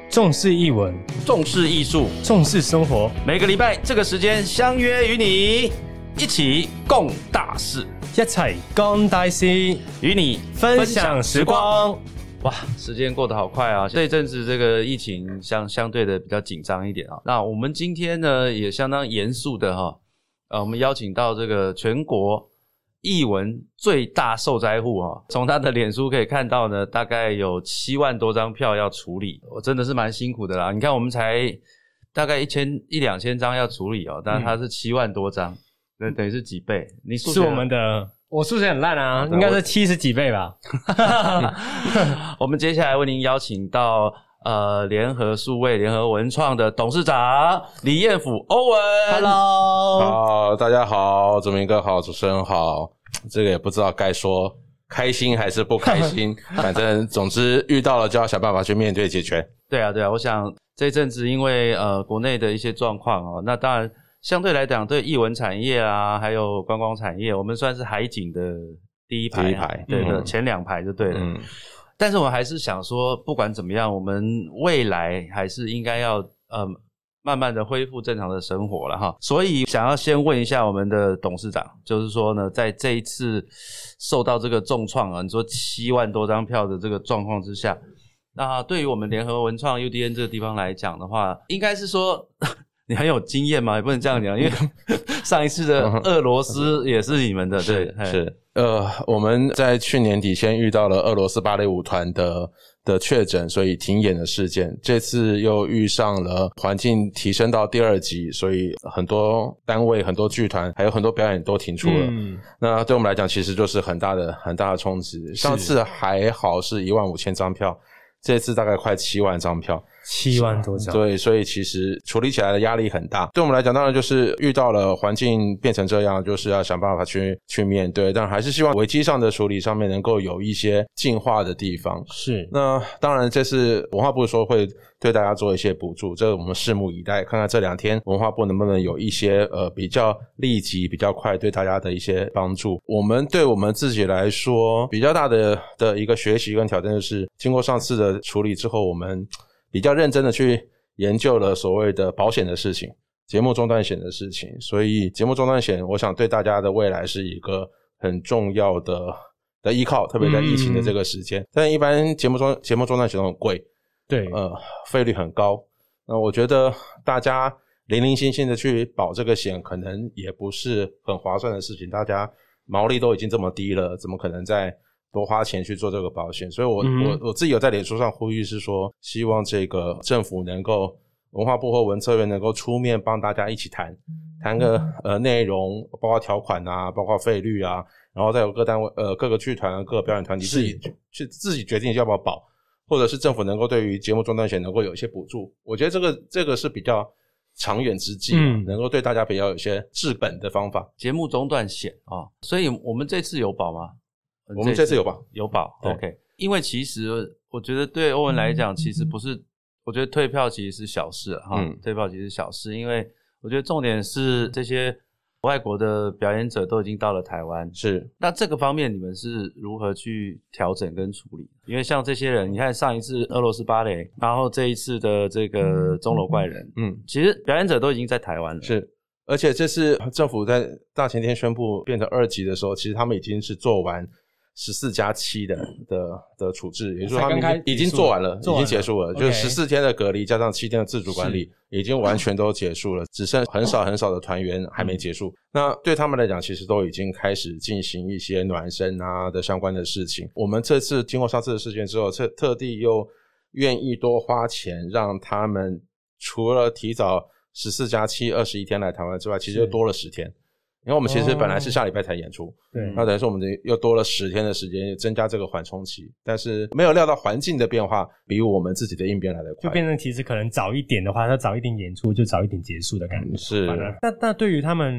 重视艺文， 重视艺术， 重视生活。 每个礼拜这个时间相约与你一起共大事， 一齊講大事， 与你分享時光。 哇，时间过得好快啊！这一阵子这个疫情相对的比较紧张一点啊。那我们今天呢也相当严肃的我们邀请到这个全国艺文最大受灾户从他的脸书可以看到呢，大概有7万多张票要处理，我真的是蛮辛苦的啦。你看我们才大概1000-2000张要处理但是他是7万多张，等于是几倍？你数学是我们的，我数学很烂啊，应该是70几倍吧。 我们接下来为您邀请到联合数位联合文创的董事长李彦甫欧文。 Hello， 好，大家好，祖明哥好，主持人好。这个也不知道该说开心还是不开心，反正总之遇到了就要想办法去面对解决。 对啊，我想这一阵子因为国内的一些状况那当然相对来讲对艺文产业啊还有观光产业，我们算是海景的第一排，对的，前2排就对了。但是我还是想说不管怎么样，我们未来还是应该要慢慢的恢复正常的生活了哈。所以想要先问一下我们的董事长，就是说呢，在这一次受到这个重创你说7万多张票的这个状况之下，那对于我们联合文创 UDN 这个地方来讲的话，应该是说你很有经验吗？也不能这样讲，因为上一次的俄罗斯也是你们的，对， 是。我们在去年底先遇到了俄罗斯芭蕾舞团的确诊，所以停演的事件。这次又遇上了环境提升到第2级，所以很多单位、很多剧团还有很多表演都停出了。那对我们来讲其实就是很大的冲击。上次还好是15000张票，这次大概快7万张票 ，7万多张。 对，所以其实处理起来的压力很大。对我们来讲当然就是遇到了环境变成这样，就是要想办法去面对，但还是希望危机上的处理上面能够有一些进化的地方。 是。 那当然这次文化部说会对大家做一些补助，这个我们拭目以待，看看这2天文化部能不能有一些比较立即比较快对大家的一些帮助。我们对我们自己来说比较大的一个学习跟挑战，就是经过上次的处理之后，我们比较认真的去研究了所谓的保险的事情，节目中断险的事情。所以节目中断险我想对大家的未来是一个很重要的依靠，特别在疫情的这个时间。但一般节目中断险都很贵， 对， 费率很高。那我觉得大家零零星星的去保这个险可能也不是很划算的事情，大家毛利都已经这么低了，怎么可能再多花钱去做这个保险？所以我自己有在脸书上呼吁是说，希望这个政府能够，文化部或文策院能够出面帮大家一起谈个内容，包括条款啊，包括费率啊，然后再有各单位各个剧团各个表演团体自己决定要不要保，或者是政府能够对于节目中断险能够有一些补助。我觉得这个是比较长远之计，能够对大家比较有一些治本的方法。 节目中断险所以我们这次有保吗？ 我们这次有保 OK。 因为其实我觉得对欧文来讲其实不是，我觉得退票其实是小事退票其实是小事，因为我觉得重点是这些外国的表演者都已经到了台湾。 是。那这个方面你们是如何去调整跟处理？因为像这些人，你看上一次俄罗斯芭蕾，然后这一次的这个钟楼怪人其实表演者都已经在台湾了。 是。而且这次政府在大前天宣布变成2级的时候，其实他们已经是做完14+7的处置，也就是说他们已经做完了，已经结束了，就是14天的隔离加上7天的自主管理已经完全都结束了，只剩很少的团员还没结束。那对他们来讲其实都已经开始进行一些暖身啊的相关的事情。我们这次经过上次的事件之后，特地又愿意多花钱让他们除了提早14+7 21天来台湾之外，其实又多了10天。因为我们其实本来是下礼拜才演出， 对， 那等于说我们又多了10天的时间，增加这个缓冲期，但是没有料到环境的变化比我们自己的应变来得快， 就变成其实可能早一点的话，它早一点演出就早一点结束的感觉。 是。 那对于他们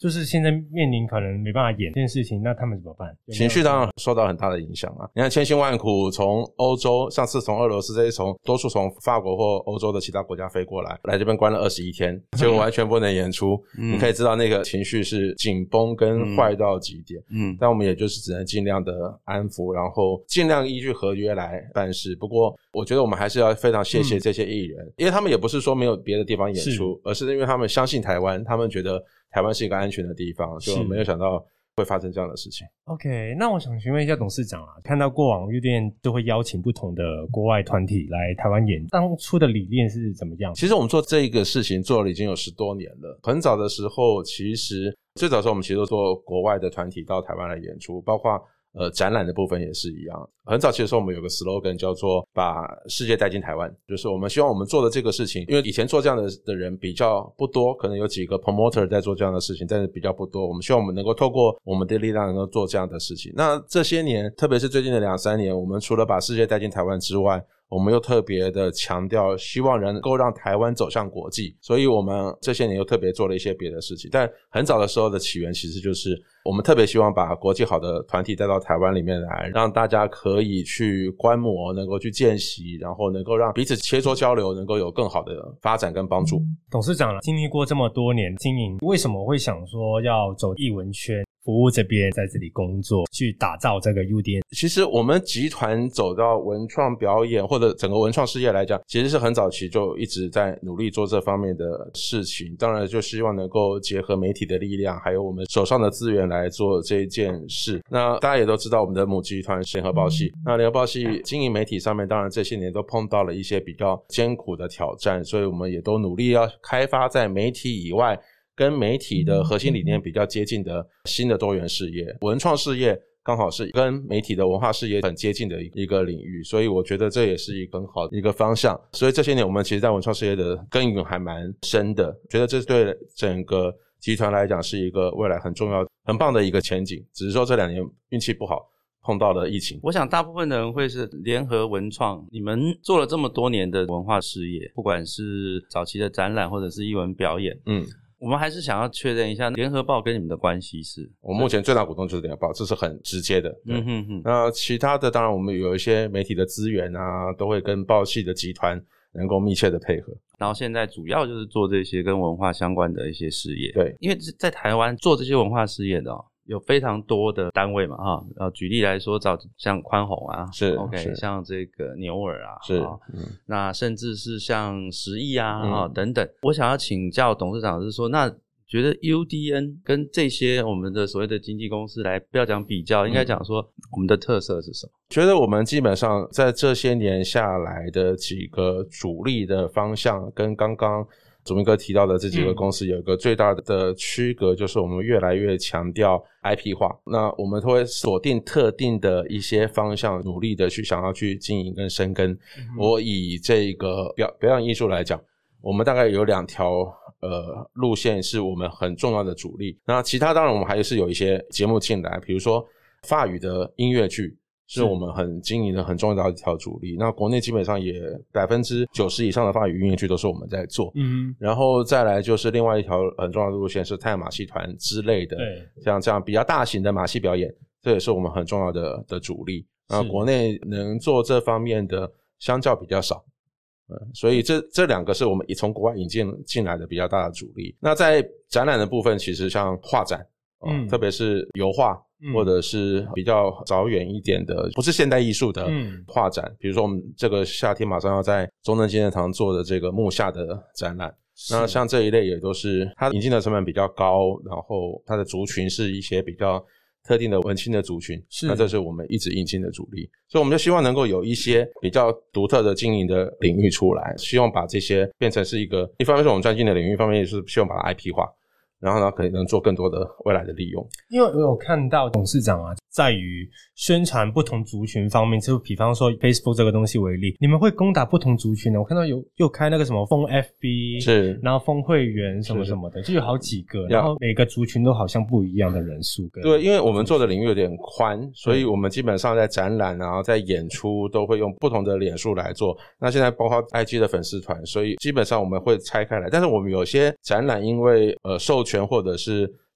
就是现在面临可能没办法演这件事情，那他们怎么办？ 情绪当然受到很大的影响啊！你看千辛万苦从欧洲，上次从俄罗斯这些多数从法国或欧洲的其他国家飞过来这边关了21天，结果完全不能演出。你可以知道那个情绪是紧绷跟坏到极点。但我们也就是只能尽量的安抚，然后尽量依据合约来办事。不过我觉得我们还是要非常谢谢这些艺人，因为他们也不是说没有别的地方演出，而是因为他们相信台湾，他们觉得台湾是一个安全的地方，就没有想到会发生这样的事情。 OK， 那我想询问一下董事长啊，看到过往UDN都会邀请不同的国外团体来台湾演，当初的理念是怎么样？ 其实我们做这个事情做了已经有10多年了。很早的时候，其实最早的时候我们其实都做国外的团体到台湾来演出，包括展览的部分也是一样。很早期的时候我们有个 slogan 叫做把世界带进台湾，就是我们希望我们做的这个事情，因为以前做这样的人比较不多，可能有几个 promoter 在做这样的事情，但是比较不多。我们希望我们能够透过我们的力量能够做这样的事情。那这些年，特别是最近的2-3年，我们除了把世界带进台湾之外，我们又特别的强调希望能够让台湾走向国际，所以我们这些年又特别做了一些别的事情。但很早的时候的起源其实就是我们特别希望把国际好的团体带到台湾里面来，让大家可以去观摩，能够去见习，然后能够让彼此切磋交流，能够有更好的发展跟帮助。 董事长经历过这么多年经营，为什么会想说要走艺文圈服务这边，在这里工作，去打造这个 UDN？ 其实我们集团走到文创表演或者整个文创事业来讲，其实是很早期就一直在努力做这方面的事情。当然就希望能够结合媒体的力量，还有我们手上的资源来做这一件事。那大家也都知道我们的母集团是联合报系，那联合报系经营媒体上面，当然这些年都碰到了一些比较艰苦的挑战，所以我们也都努力要开发在媒体以外跟媒体的核心理念比较接近的新的多元事业。文创事业刚好是跟媒体的文化事业很接近的一个领域，所以我觉得这也是一个很好的一个方向。所以这些年我们其实在文创事业的耕耘还蛮深的，觉得这对整个集团来讲是一个未来很重要很棒的一个前景，只是说这2年运气不好碰到了疫情。 我想大部分的人会是联合文创，你们做了这么多年的文化事业，不管是早期的展览或者是艺文表演，我们还是想要确认一下联合报跟你们的关系是。 我目前最大股东就是联合报，这是很直接的。那其他的当然我们有一些媒体的资源啊，都会跟报系的集团能够密切的配合。 然后现在主要就是做这些跟文化相关的一些事业。 对， 因为在台湾做这些文化事业的有非常多的单位嘛举例来说，像宽宏啊， 是 OK， 像这个牛耳啊， 是那甚至是像10亿啊等等。我想要请教董事长是说，那觉得 UDN 跟这些我们的所谓的经纪公司来，不要讲比较，应该讲说我们的特色是什么？ 觉得我们基本上在这些年下来的几个主力的方向，跟刚刚祖明哥提到的这几个公司有一个最大的区隔，就是我们越来越强调 IP 化。那我们都会锁定特定的一些方向，努力的去想要去经营跟深耕。我以这个表演艺术来讲，我们大概有2条路线是我们很重要的主力。那其他当然我们还是有一些节目进来，比如说法语的音乐剧是我们很经营的很重要的一条主力。那国内基本上也 90% 以上的法语音乐剧都是我们在做。然后再来就是另外一条很重要的路线是太阳马戏团之类的，像这样比较大型的马戏表演，这也是我们很重要的主力。那国内能做这方面的相较比较少。所以这2个是我们从国外引进来的比较大的主力。那在展览的部分，其实像画展特别是油画或者是比较早远一点的不是现代艺术的画展，比如说我们这个夏天马上要在中正纪念堂做的这个木下的展览，那像这一类也都是它引进的成本比较高，然后它的族群是一些比较特定的文青的族群，那这是我们一直引进的主力。所以我们就希望能够有一些比较独特的经营的领域出来，希望把这些变成是一方面是我们专精的领域，一方面也是希望把它 IP 化，然后呢可能做更多的未来的利用。 因为我有看到董事长啊，在于宣传不同族群方面，就比方说 Facebook 这个东西为例，你们会攻打不同族群的。我看到又开那个什么封 FB， 是，然后封会员什么什么的，就有好几个，然后每个族群都好像不一样的人数。 对，因为我们做的领域有点宽，所以我们基本上在展览然后在演出都会用不同的脸书来做。那现在包括 IG 的粉丝团，所以基本上我们会拆开来，但是我们有些展览因为授权或者是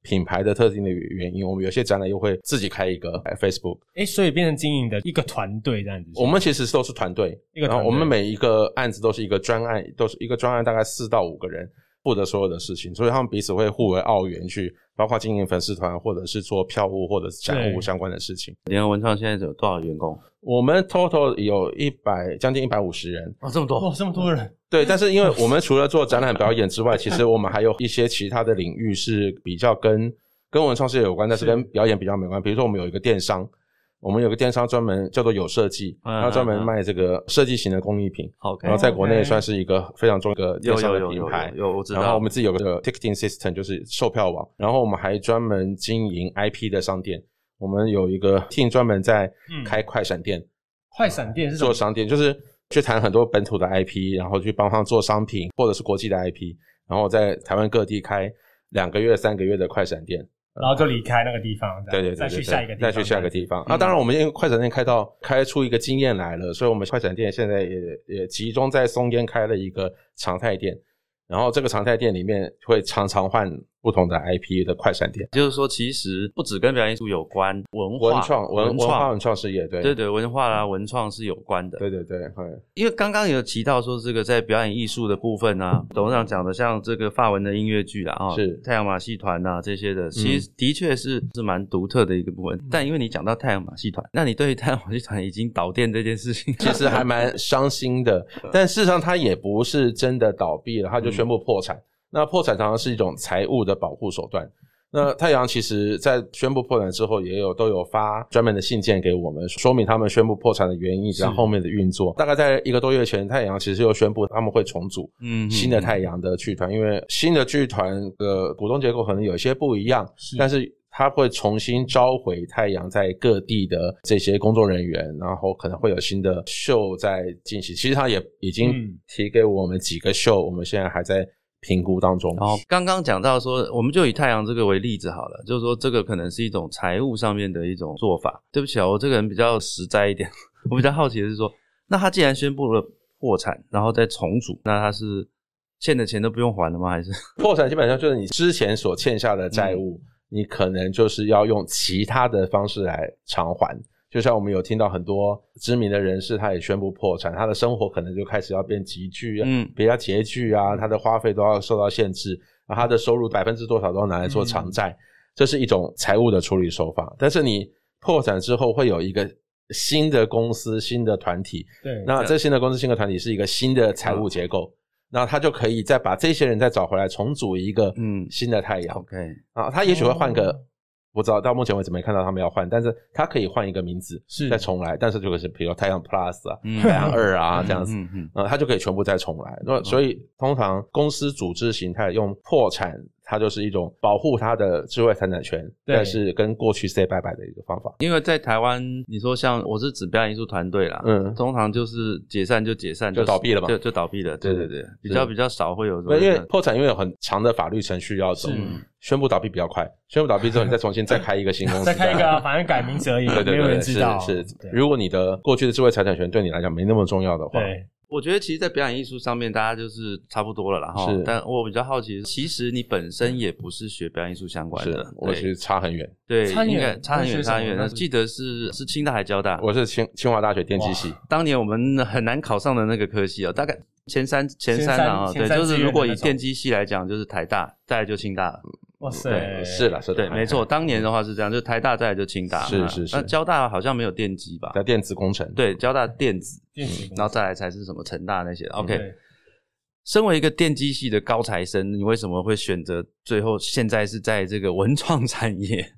品牌的特定的原因，我们有些展览又会自己开一个 Facebook。 所以变成经营的一个团队这样子。 我们其实都是团队，然后我们每一个案子都是一个专案，都是一个专案，大概4到5个人负责所有的事情，所以他们彼此会互为澳援去，包括经营粉丝团，或者是做票务或者是展务相关的事情。 联合文创现在有多少员工？ 我们 total 有将近150人。 这么多， 这么多人。 对，但是因为我们除了做展览表演之外，其实我们还有一些其他的领域是比较跟文创事业有关，但是跟表演比较没关。比如说我们有一个电商，我们有个电商专门叫做有设计，它专门卖这个设计型的工艺品，然后在国内算是一个非常重要的电商的品牌。 有我知道。 然后我们自己有个 ticketing system， 就是售票网。然后我们还专门经营 IP 的商店，我们有一个 team 专门在开快闪店。 快闪店是什么？ 做商店，就是去谈很多本土的 IP， 然后去帮他做商品或者是国际的 IP， 然后在台湾各地开2个月、3个月的快闪店。 然后就离开那个地方， 对， 再去下一个地方， 再去下一个地方。当然我们因为快闪店开出一个经验来了，所以我们快闪店现在也集中在松烟开了一个常态店，然后这个常态店里面会常常换不同的 IP 的快闪店。 就是说其实不只跟表演艺术有关，文创事业， 对文化啦文创是有关的。 对， 因为刚刚有提到说这个在表演艺术的部分啊，董事长讲的像这个法文的音乐剧啦， 是太阳马戏团啊这些的，其实的确是蛮独特的一个部分。但因为你讲到太阳马戏团，那你对于太阳马戏团已经倒店这件事情其实还蛮伤心的，但事实上它也不是真的倒闭了，它就宣布破产。那破产常常是一种财务的保护手段。那太阳其实在宣布破产之后都有发专门的信件给我们，说明他们宣布破产的原因然后后面的运作。大概在1个多月前，太阳其实又宣布他们会重组新的太阳的剧团，因为新的剧团的股东结构可能有一些不一样，但是他会重新召回太阳在各地的这些工作人员，然后可能会有新的秀在进行。其实他也已经提给我们几个秀，我们现在还在评估当中。 然后刚刚讲到说，我们就以太阳这个为例子好了，就是说这个可能是一种财务上面的一种做法。对不起啊，我这个人比较实在一点，我比较好奇的是说，那他既然宣布了破产，然后再重组，那他是欠的钱都不用还了吗？还是破产基本上就是你之前所欠下的债务，你可能就是要用其他的方式来偿还。就像我们有听到很多知名的人士，他也宣布破产，他的生活可能就开始要变拮据，比较拮据啊，他的花费都要受到限制，他的收入多少都要拿来做偿债，这是一种财务的处理手法。但是你破产之后会有一个新的公司、新的团体， 对， 那这新的公司、新的团体是一个新的财务结构，那他就可以再把这些人再找回来，重组一个新的太阳。 OK， 他也许会换个。不知道到目前为止没看到他们要换，但是他可以换一个名字再重来，但是就是比如太阳 Plus 啊、太阳2啊这样子，他就可以全部再重来。所以通常公司组织形态用破产，它就是一种保护它的智慧财产权，但是跟过去 say 拜拜的一个方法。 因为在台湾，你说像我是指表演艺术团队啦，通常就是解散就倒闭了嘛， 就倒闭了。对，比较少会有。 因为破产因为有很长的法律程序要走，宣布倒闭比较快，宣布倒闭之后你再重新再开一个新公司， 再开一个反正改名字而已，没有人知道。 是，如果你的过去的智慧财产权对你来讲没那么重要的话， 对。我觉得其实在表演艺术上面大家就是差不多了啦，但我比较好奇其实你本身也不是学表演艺术相关的， 我其实差很远。 对，应该差很远。记得是清大还交大？ 我是清华大学电机系。 当年我们很难考上的那个科系大概前三啊，对，就是如果以电机系来讲就是台大，再来就清大了。 哇塞， 是的， 对，没错，当年的话是这样，就台大再来就清大， 是。 那交大好像没有电机吧？ 在电子工程， 对，交大电子，然后再来才是什么成大那些。OK， 身为一个电机系的高材生，你为什么会选择最后现在是在这个文创产业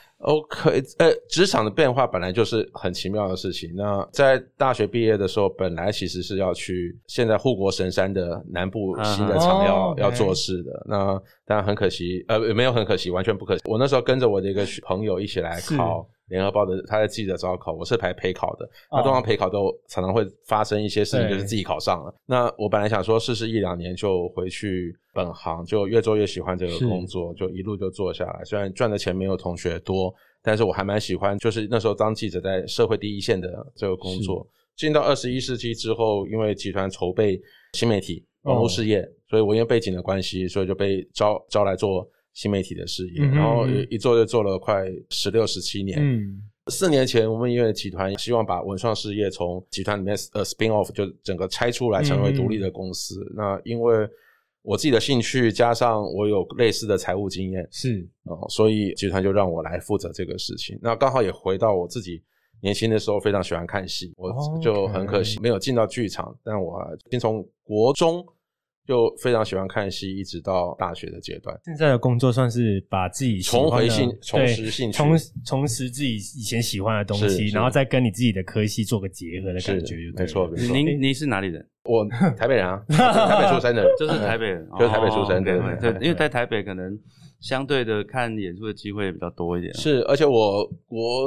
？OK， 职场的变化本来就是很奇妙的事情。那在大学毕业的时候，本来其实是要去现在护国神山的南部新的厂要做事的。那当然很可惜，没有很可惜，完全不可惜。我那时候跟着我的一个朋友一起来考联合报的，他在记者招考，我是排陪考的。那通常陪考都常常会发生一些事情，就是自己考上了。那我本来想说试试1-2年就回去本行，就越做越喜欢这个工作，就一路就做下来。虽然赚的钱没有同学多，但是我还蛮喜欢，就是那时候当记者在社会第一线的这个工作。进到21世纪之后，因为集团筹备新媒体网络事业，所以我因为背景的关系，所以就被招来做新媒体的事业，然后一做就做了快16、17年。4年前我们音乐集团希望把文创事业从集团里面spin off 就整个拆出来成为独立的公司。那因为我自己的兴趣加上我有类似的财务经验， 是所以集团就让我来负责这个事情。那刚好也回到我自己年轻的时候非常喜欢看戏，我就很可惜没有进到剧场，但我先从国中就非常喜欢看戏，一直到大学的阶段。 现在的工作算是把自己重拾兴趣， 重拾自己以前喜欢的东西，然后再跟你自己的科系做个结合的感觉。 没错。 您是哪里人？ 我台北人啊，台北出生的， 就是台北人， 就是台北出生的。 对，因为在台北可能相对的看演出的机会比较多一点。 是，而且我国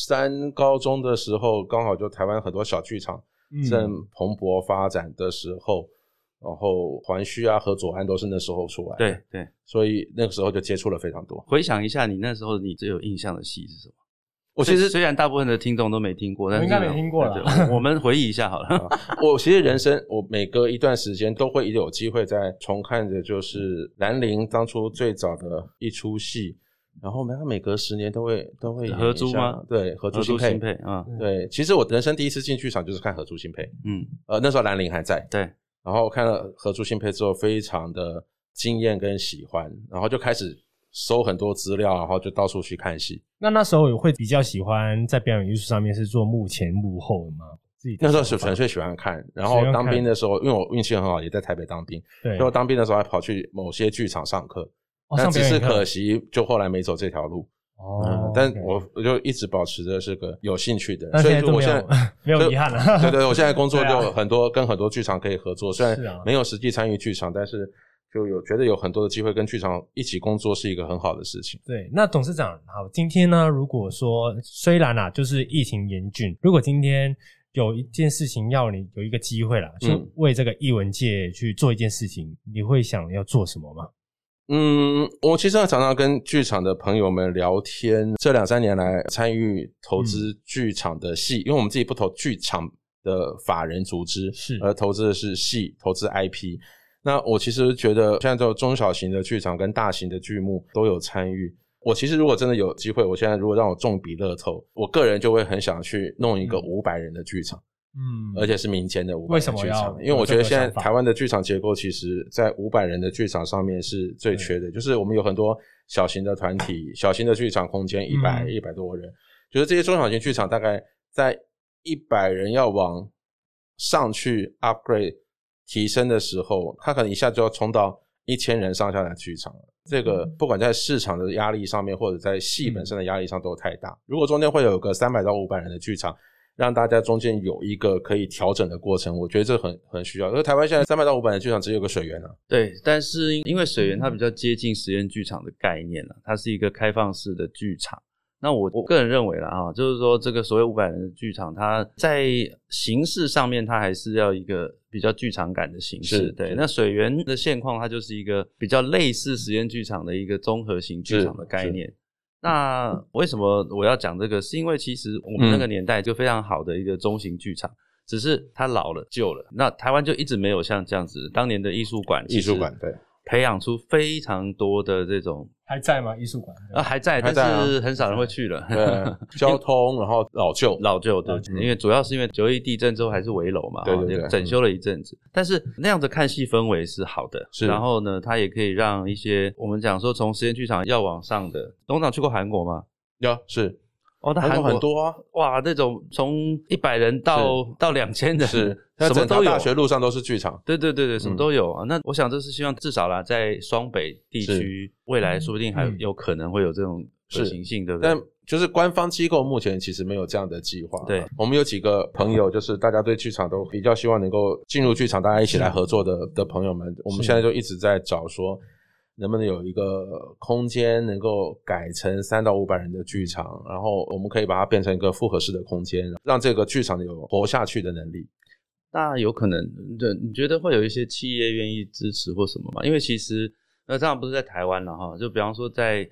3高中的时候，刚好就台湾很多小剧场正蓬勃发展的时候。然后环虚啊和左岸都是那时候出来的， 对， 所以那个时候就接触了非常多。 回想一下，你那时候你最有印象的戏是什么？我其实虽然大部分的听众都没听过，但是应该没听过了。 我们回忆一下好了。 我其实人生，我每隔一段时间都会有机会再重看的，就是兰陵当初最早的一出戏，然后每隔10年都会合租吗？ 对，合租新配对，其实我人生第一次进剧场就是看合租新配，那时候兰陵还在， 对。 然后看了合租新配之后非常的惊艳跟喜欢，然后就开始搜很多资料，然后就到处去看戏。 那时候会比较喜欢在表演艺术上面是做幕前幕后的吗？ 那时候是纯粹喜欢看，然后当兵的时候因为我运气很好，也在台北当兵，所以我当兵的时候还跑去某些剧场上课，但只是可惜就后来没走这条路。但我就一直保持着是个有兴趣的人，所以我现在没有遗憾了。 对，我现在工作就很多跟很多剧场可以合作，虽然没有实际参与剧场，但是就觉得有很多的机会跟剧场一起工作是一个很好的事情。 对，那董事长好，今天呢，如果说虽然就是疫情严峻，如果今天有一件事情要你有一个机会啦，去为这个艺文界去做一件事情，你会想要做什么吗？ 我其实常常跟剧场的朋友们聊天，这2-3年来参与投资剧场的戏，因为我们自己不投剧场的法人组织，而投资的是戏，投资 IP。那我其实觉得现在这种中小型的剧场跟大型的剧目都有参与。我其实如果真的有机会，我现在如果让我中笔乐透，我个人就会很想去弄一个500人的剧场。而且是民间的500人剧场，因为我觉得现在台湾的剧场结构其实在500人的剧场上面是最缺的，就是我们有很多小型的团体，小型的剧场空间100多人，就是这些中小型剧场大概在100人要往上去 upgrade 提升的时候，它可能一下就要冲到1000人上下的剧场了。这个不管在市场的压力上面或者在戏本身的压力上都太大，如果中间会有个300到500人的剧场，让大家中间有一个可以调整的过程，我觉得这很需要。因为台湾现在300到500的剧场只有个水源啊。 对，但是因为水源它比较接近实验剧场的概念啦，它是一个开放式的剧场。那我个人认为啦就是说这个所谓500人的剧场，它在形式上面它还是要一个比较剧场感的形式。对，那水源的现况它就是一个比较类似实验剧场的一个综合型剧场的概念。那为什么我要讲这个？是因为其实我们那个年代就非常好的一个中型剧场，只是它老了旧了。那台湾就一直没有像这样子，当年的艺术馆对，培养出非常多的这种。 还在吗？艺术馆还在，但是很少人会去了。 对，交通然后老旧对，因为主要是因为9·11地震之后还是危楼嘛，对，整修了一阵子。但是那样的看戏氛围是好的，然后呢，它也可以让一些我们讲说从实验剧场要往上的。董事长去过韩国吗？ 有，是。 那韩国很多啊， 哇，那种从100人到2000人， 是什么都有， 大学路上都是剧场， 对，什么都有啊。那我想这是希望至少啦，在双北地区未来说不定还有可能会有这种可行性，对不对？ 但就是官方机构目前其实没有这样的计划。 对， 我们有几个朋友，就是大家对剧场都比较希望能够进入剧场，大家一起来合作的朋友们，我们现在就一直在找说，能不能有一个空间能够改成300到500人的剧场，然后我们可以把它变成一个复合式的空间，让这个剧场有活下去的能力。 那有可能，你觉得会有一些企业愿意支持或什么吗？因为其实当然不是在台湾了哈，就比方说在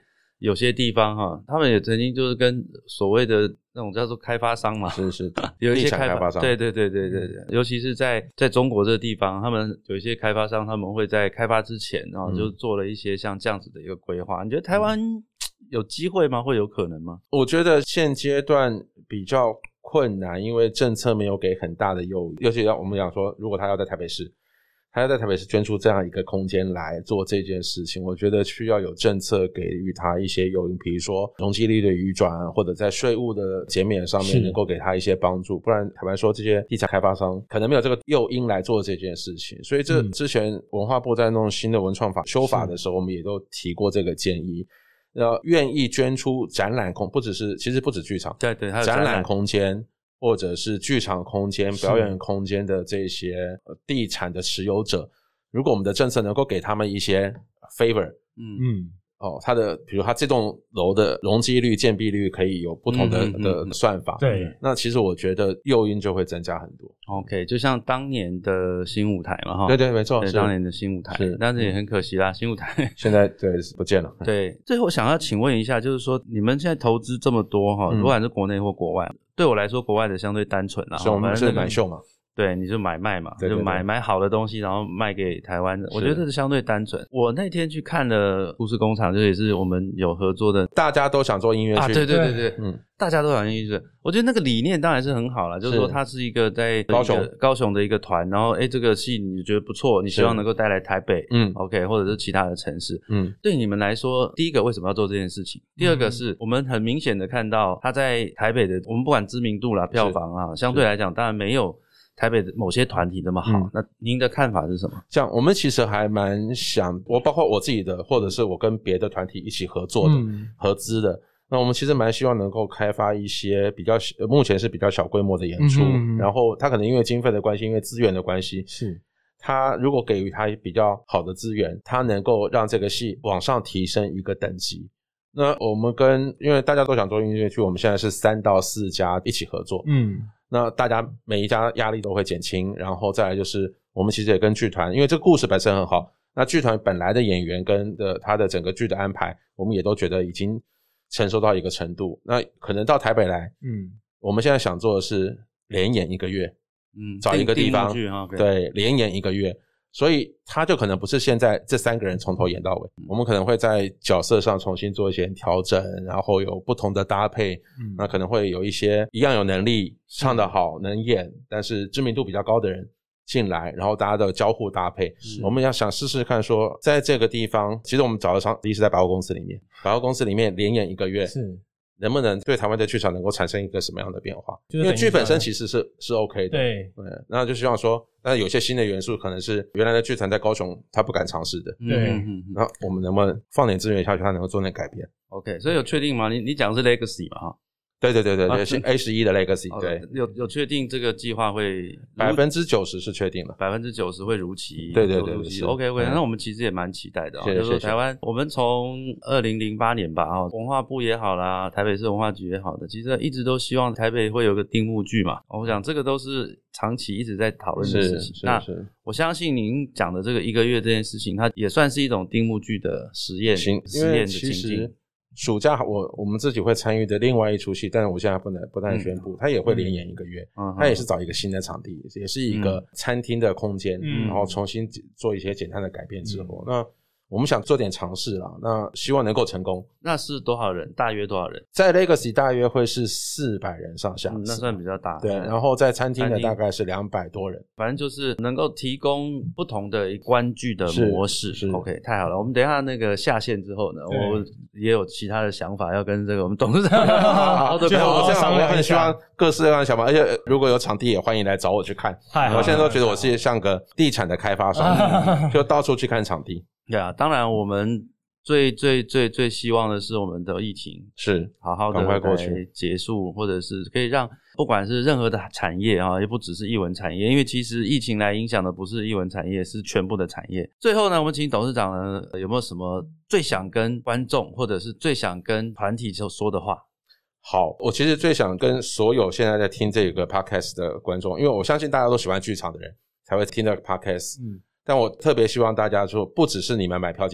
有些地方哈，他们也曾经就是跟所谓的那种叫做开发商嘛， 是有一些开发商， 对，尤其是在中国这个地方，他们有一些开发商，他们会在开发之前，然后就做了一些像这样子的一个规划。你觉得台湾有机会吗？会有可能吗？ 我觉得现阶段比较困难，因为政策没有给很大的诱因，尤其我们讲说，如果他要在台北市捐出这样一个空间来做这件事情，我觉得需要有政策给予他一些诱因，比如说容积率的移转，或者在税务的减免上面能够给他一些帮助，不然坦白说这些地产开发商可能没有这个诱因来做这件事情。所以这之前文化部在弄新的文创法修法的时候，我们也都提过这个建议，愿意捐出展览空，其实不止剧场， 对， 展览空间或者是剧场空间、表演空间的这些地产的持有者，如果我们的政策能够给他们一些 favor， 他的比如他这栋楼的容积率、建蔽率可以有不同的算法， 对， 那其实我觉得诱因就会增加很多。 OK， 就像当年的新舞台嘛，哈， 对，没错， 当年的新舞台，但是也很可惜啦，新舞台现在对不见了。 对，最后想要请问一下，就是说你们现在投资这么多哈，不管是国内或国外，对我来说国外的相对单纯啦， 所以我们是买秀嘛。 对，你就买卖嘛， 对， 就买好的东西，然后卖给台湾的。我觉得这是相对单纯。我那天去看了故事工厂，就也是我们有合作的， 大家都想做音乐剧， 对，大家都想音乐剧。我觉得那个理念当然是很好啦，就是说它是一个在高雄的一个团，然后这个戏你觉得不错，你希望能够带来台北，OK， 或者是其他的城市，对你们来说，第一个为什么要做这件事情？第二个是我们很明显的看到它在台北的，我们不管知名度啦、票房啊，相对来讲当然没有台北的某些团体那么好，那您的看法是什么？ 这样，我们其实还蛮想，包括我自己的，或者是我跟别的团体一起合作的、合资的，那我们其实蛮希望能够开发一些目前是比较小规模的演出，然后它可能因为经费的关系，因为资源的关系， 是它如果给予它比较好的资源，它能够让这个戏往上提升一个等级。那我们因为大家都想做音乐剧，我们现在是3到4家一起合作，那大家每一家压力都会减轻，然后再来就是我们其实也跟剧团，因为这个故事本身很好，那剧团本来的演员跟他的整个剧的安排，我们也都觉得已经承受到一个程度。那可能到台北来，我们现在想做的是连演1个月，找一个地方，对，连演1个月。所以他就可能不是现在这3个人从头演到尾，我们可能会在角色上重新做一些调整，然后有不同的搭配，那可能会有一些一样有能力唱得好能演但是知名度比较高的人进来，然后大家的交互搭配，我们要想试试看说在这个地方，其实我们找的场地是在百货公司里面连演1个月，是能不能对台湾的剧场能够产生一个什么样的变化，因为剧本身其实是 OK 的，对，那就希望说但有些新的元素可能是原来的剧团在高雄他不敢尝试的，对，那我们能不能放点资源下去，他能够做点改变。 OK， 所以有确定吗？你讲的是 Legacy 嘛，哈， 对，是 A11 的 Legacy， 对， 有确定这个计划会 90% 是确定了 ，90%会如期， 对 OK， 那我们其实也蛮期待的，就是说台湾我们从2008年吧，文化部也好啦，台北市文化局也好的，其实一直都希望台北会有个定目剧嘛，我想这个都是长期一直在讨论的事情。那我相信您讲的这个1个月这件事情，它也算是一种定目剧的实验的情境。 暑假我们自己会参与的另外一出戏，但是我现在不能宣布，它也会连演1个月，它也是找一个新的场地，也是一个餐厅的空间，然后重新做一些简单的改变之后，那我们想做点尝试啦，那希望能够成功。 那是多少人？大约多少人？ 在 Legacy 大约会是400人上下， 那算比较大。 对，然后在餐厅的大概是200多人。 反正就是能够提供不同的观剧的模式。是 OK， 太好了。我们等一下那个下线之后呢，我也有其他的想法要跟这个我们董事长好的， 我很希望各式各样的想法，而且如果有场地也欢迎来找我去看。我现在都觉得我是像个地产的开发商，就到处去看场地。 对啊，当然我们最希望的是我们的疫情是好好的赶快过去结束，或者是可以让不管是任何的产业也不只是艺文产业，因为其实疫情来影响的不是艺文产业，是全部的产业。最后呢，我们请董事长呢有没有什么最想跟观众或者是最想跟团体说的话？ 好，我其实最想跟所有现在在听这个 podcast 的观众，因为我相信大家都喜欢剧场的人才会听这个 podcast，但我特别希望大家说，不只是你们买票进场，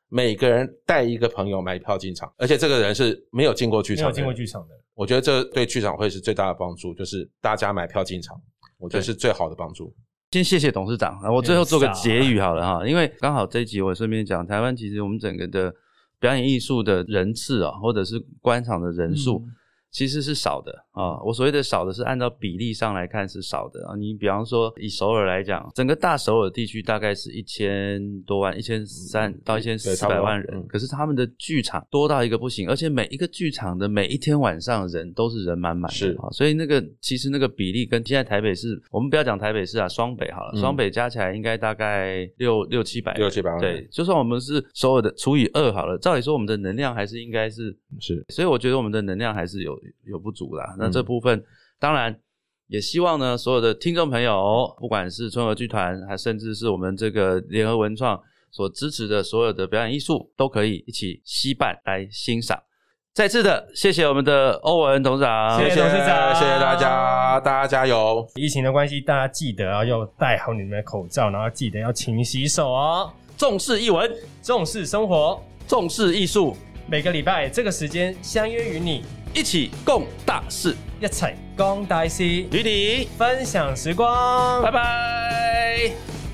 每个人带一个朋友买票进场，而且这个人是没有进过剧场的， 没有进过剧场的。 我觉得这对剧场会是最大的帮助，就是大家买票进场，我觉得是最好的帮助。 先谢谢董事长，我最后做个结语好了哈，因为刚好这一集我顺便讲，台湾其实我们整个的表演艺术的人次啊，或者是观场的人数。其实是少的啊，我所谓的少的是按照比例上来看是少的啊。你比方说以首尔来讲，整个大首尔地区大概是1000多万，1300到1400万人，可是他们的剧场多到一个不行，而且每一个剧场的每一天晚上人都是人满满的，是啊，所以其实那个比例跟现在台北市，我们不要讲台北市啊，双北好了，双北加起来应该大概600-700万，对，就算我们是首尔的除以2好了，照理说我们的能量还是应该是，所以我觉得我们的能量还是有不足啦。那这部分当然也希望呢，所有的听众朋友，不管是春和剧团，还甚至是我们这个联合文创所支持的所有的表演艺术，都可以一起惜伴来欣赏。再次的谢谢我们的欧文董事长， 谢谢董事长， 谢谢大家，大家加油！ 疫情的关系，大家记得要戴好你们的口罩，然后记得要勤洗手哦。 重视艺文， 重视生活， 重视艺术。 每个礼拜这个时间相约与你一起共大事， 一起讲大事， 与你分享时光， 拜拜。